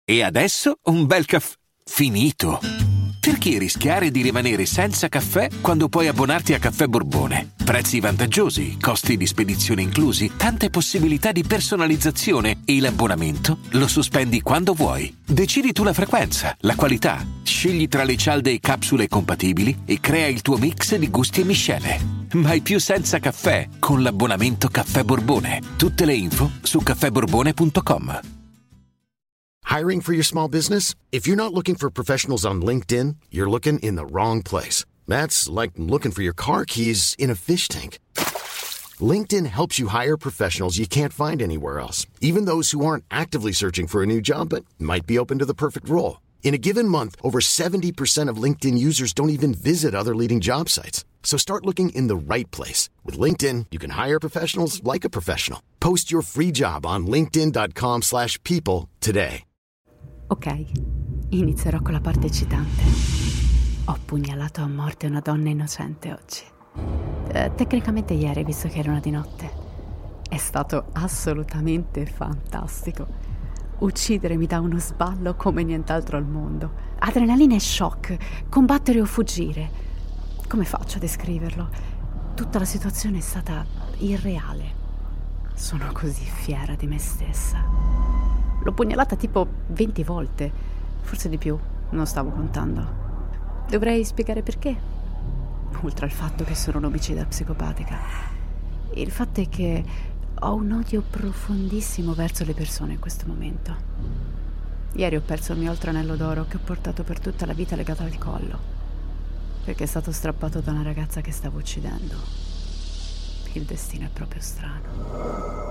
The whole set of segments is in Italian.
E adesso un bel caffè finito. Perché rischiare di rimanere senza caffè quando puoi abbonarti a Caffè Borbone? Prezzi vantaggiosi, costi di spedizione inclusi, tante possibilità di personalizzazione e l'abbonamento lo sospendi quando vuoi. Decidi tu la frequenza, la qualità, scegli tra le cialde e capsule compatibili e crea il tuo mix di gusti e miscele. Mai più senza caffè con l'abbonamento Caffè Borbone. Tutte le info su caffèborbone.com. Hiring for your small business? If you're not looking for professionals on LinkedIn, you're looking in the wrong place. That's like looking for your car keys in a fish tank. LinkedIn helps you hire professionals you can't find anywhere else, even those who aren't actively searching for a new job but might be open to the perfect role. In a given month, over 70% of LinkedIn users don't even visit other leading job sites. So start looking in the right place. With LinkedIn, you can hire professionals like a professional. Post your free job on linkedin.com/people today. Ok, inizierò con la parte eccitante. Ho pugnalato a morte una donna innocente oggi. Tecnicamente ieri, visto che era una di notte. È stato assolutamente fantastico. Uccidere mi dà uno sballo come nient'altro al mondo. Adrenalina e shock, combattere o fuggire. Come faccio a descriverlo? Tutta la situazione è stata irreale. Sono così fiera di me stessa. L'ho pugnalata tipo 20 volte, forse di più, non stavo contando. Dovrei spiegare perché. Oltre al fatto che sono un'omicida psicopatica. Il fatto è che ho un odio profondissimo verso le persone in questo momento. Ieri ho perso il mio altro anello d'oro che ho portato per tutta la vita legato al collo, perché è stato strappato da una ragazza che stavo uccidendo. Il destino è proprio strano.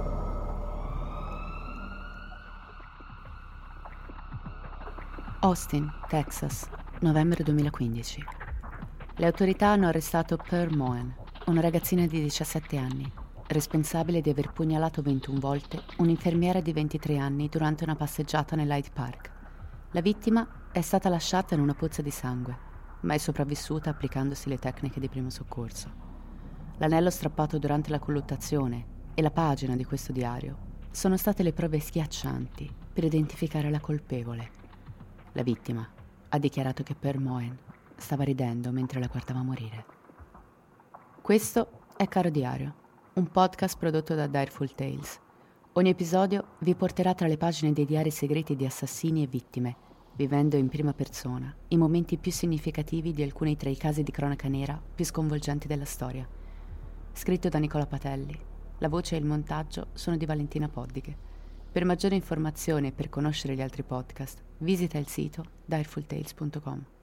Austin, Texas, novembre 2015. Le autorità hanno arrestato Pearl Moen, una ragazzina di 17 anni, responsabile di aver pugnalato 21 volte un'infermiera di 23 anni durante una passeggiata nell'Hyde Park. La vittima è stata lasciata in una pozza di sangue, ma è sopravvissuta applicandosi le tecniche di primo soccorso. L'anello strappato durante la colluttazione e la pagina di questo diario sono state le prove schiaccianti per identificare la colpevole. La vittima ha dichiarato che Pearl Moen stava ridendo mentre la guardava morire. Questo è Caro Diario, un podcast prodotto da Direful Tales. Ogni episodio vi porterà tra le pagine dei diari segreti di assassini e vittime, vivendo in prima persona i momenti più significativi di alcuni tra i casi di cronaca nera più sconvolgenti della storia. Scritto da Nicola Patelli, la voce e il montaggio sono di Valentina Poddiche. Per maggiori informazioni e per conoscere gli altri podcast, visita il sito direfultales.com.